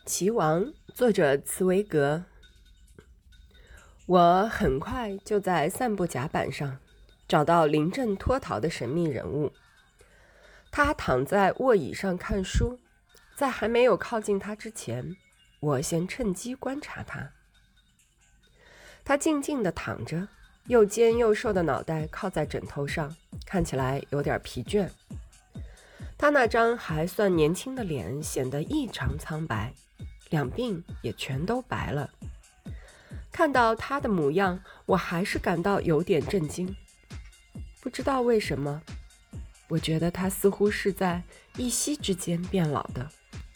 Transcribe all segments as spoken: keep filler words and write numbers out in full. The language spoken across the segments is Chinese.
棋王，作者茨维格。我很快就在散步甲板上找到临阵脱逃的神秘人物。他躺在卧椅上看书，在还没有靠近他之前，我先趁机观察他。他静静地躺着，又尖又瘦的脑袋靠在枕头上，看起来有点疲倦。他那张还算年轻的脸显得异常苍白，两鬓也全都白了。看到他的模样，我还是感到有点震惊。不知道为什么，我觉得他似乎是在一夕之间变老的。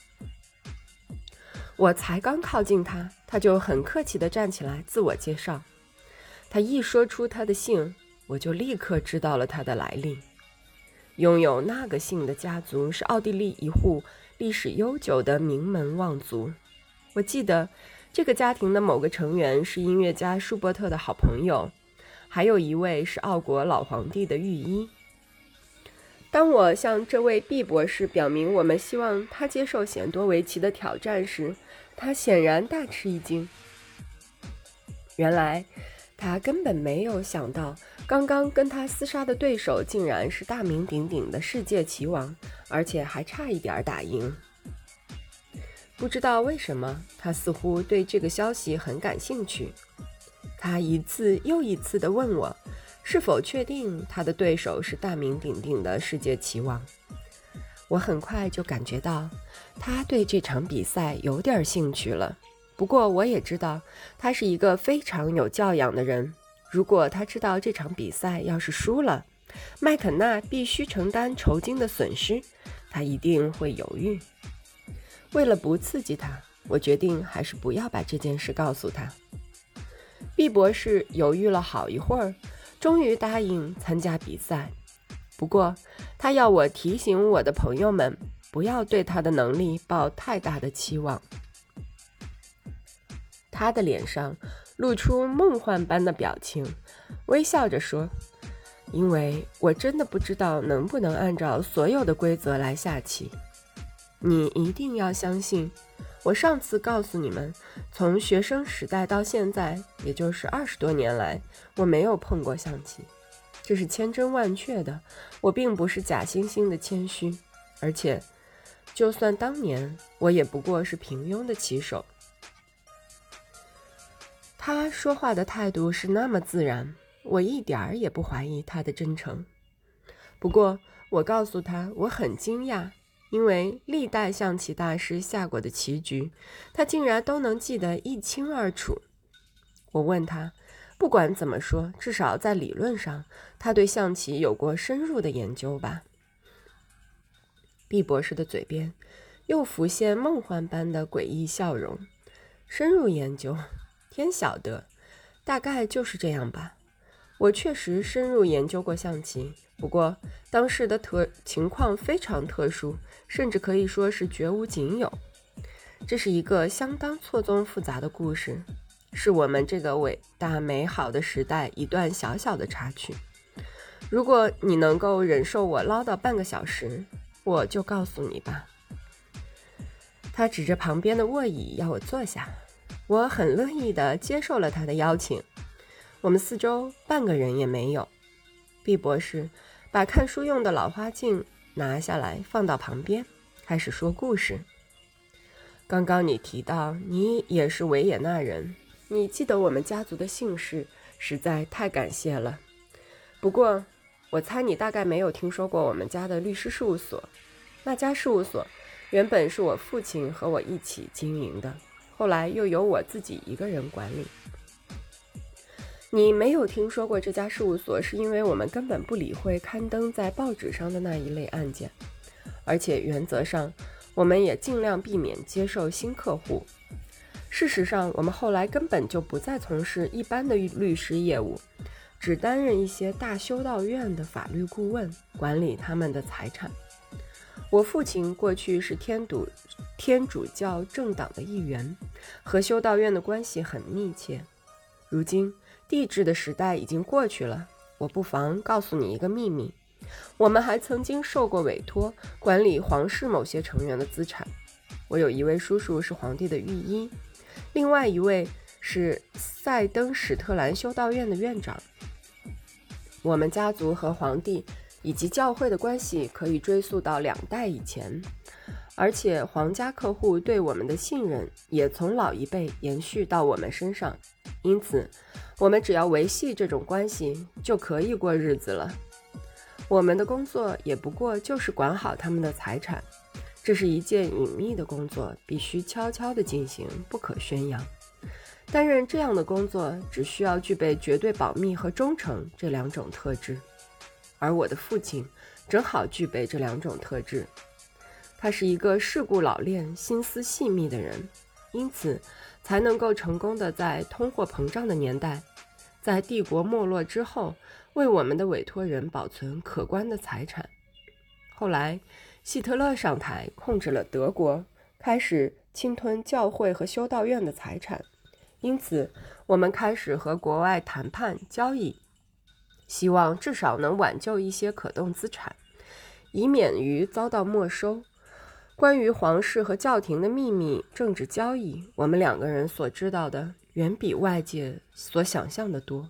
我才刚靠近他，他就很客气地站起来自我介绍。他一说出他的姓，我就立刻知道了他的来历。拥有那个姓的家族是奥地利一户历史悠久的名门望族。我记得这个家庭的某个成员是音乐家舒伯特的好朋友，还有一位是奥国老皇帝的御医。当我向这位毕博士表明我们希望他接受显多维奇的挑战时，他显然大吃一惊。原来他根本没有想到，刚刚跟他厮杀的对手竟然是大名鼎鼎的世界棋王，而且还差一点打赢。不知道为什么，他似乎对这个消息很感兴趣。他一次又一次地问我，是否确定他的对手是大名鼎鼎的世界棋王。我很快就感觉到，他对这场比赛有点兴趣了。不过我也知道，他是一个非常有教养的人。如果他知道这场比赛要是输了，麦肯纳必须承担酬金的损失，他一定会犹豫。为了不刺激他，我决定还是不要把这件事告诉他。毕博士犹豫了好一会儿，终于答应参加比赛。不过，他要我提醒我的朋友们，不要对他的能力抱太大的期望。他的脸上露出梦幻般的表情，微笑着说，因为我真的不知道能不能按照所有的规则来下棋。你一定要相信，我上次告诉你们，从学生时代到现在，也就是二十多年来，我没有碰过象棋。这是千真万确的，我并不是假惺惺的谦虚，而且，就算当年，我也不过是平庸的棋手。他说话的态度是那么自然，我一点儿也不怀疑他的真诚。不过，我告诉他，我很惊讶，因为历代象棋大师下过的棋局，他竟然都能记得一清二楚。我问他，不管怎么说，至少在理论上，他对象棋有过深入的研究吧？毕博士的嘴边又浮现梦幻般的诡异笑容。深入研究，天晓得，大概就是这样吧。我确实深入研究过象棋，不过当时的特情况非常特殊，甚至可以说是绝无仅有。这是一个相当错综复杂的故事，是我们这个伟大美好的时代一段小小的插曲。如果你能够忍受我唠叨半个小时，我就告诉你吧。他指着旁边的卧椅要我坐下，我很乐意地接受了他的邀请。我们四周半个人也没有。毕博士把看书用的老花镜拿下来放到旁边，开始说故事。刚刚你提到你也是维也纳人，你记得我们家族的姓氏，实在太感谢了。不过我猜你大概没有听说过我们家的律师事务所。那家事务所原本是我父亲和我一起经营的，后来又由我自己一个人管理。你没有听说过这家事务所，是因为我们根本不理会刊登在报纸上的那一类案件，而且原则上我们也尽量避免接受新客户。事实上，我们后来根本就不再从事一般的律师业务，只担任一些大修道院的法律顾问，管理他们的财产。我父亲过去是天主天主教政党的一员，和修道院的关系很密切。如今帝制的时代已经过去了，我不妨告诉你一个秘密，我们还曾经受过委托管理皇室某些成员的资产。 我有一位叔叔是皇帝的御医，另外一位是塞登史特兰修道院的院长。我们家族和皇帝以及教会的关系可以追溯到两代以前，而且皇家客户对我们的信任也从老一辈延续到我们身上，因此我们只要维系这种关系就可以过日子了。我们的工作也不过就是管好他们的财产，这是一件隐秘的工作，必须悄悄地进行，不可宣扬。担任这样的工作只需要具备绝对保密和忠诚这两种特质，而我的父亲正好具备这两种特质。他是一个世故老练、心思细密的人，因此才能够成功的在通货膨胀的年代，在帝国没落之后，为我们的委托人保存可观的财产。后来希特勒上台，控制了德国，开始侵吞教会和修道院的财产，因此我们开始和国外谈判交易，希望至少能挽救一些可动资产，以免于遭到没收。关于皇室和教廷的秘密政治交易，我们两个人所知道的远比外界所想象的多。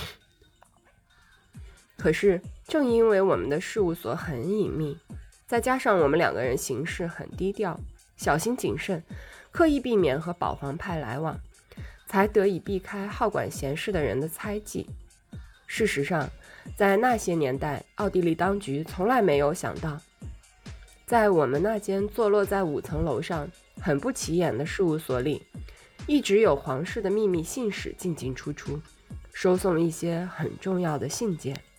可是正因为我们的事务所很隐秘，再加上我们两个人行事很低调，小心谨慎，刻意避免和保皇派来往，才得以避开好管闲事的人的猜忌。事实上，在那些年代，奥地利当局从来没有想到，在我们那间坐落在五层楼上很不起眼的事务所里，一直有皇室的秘密信使进进出出，收送一些很重要的信件。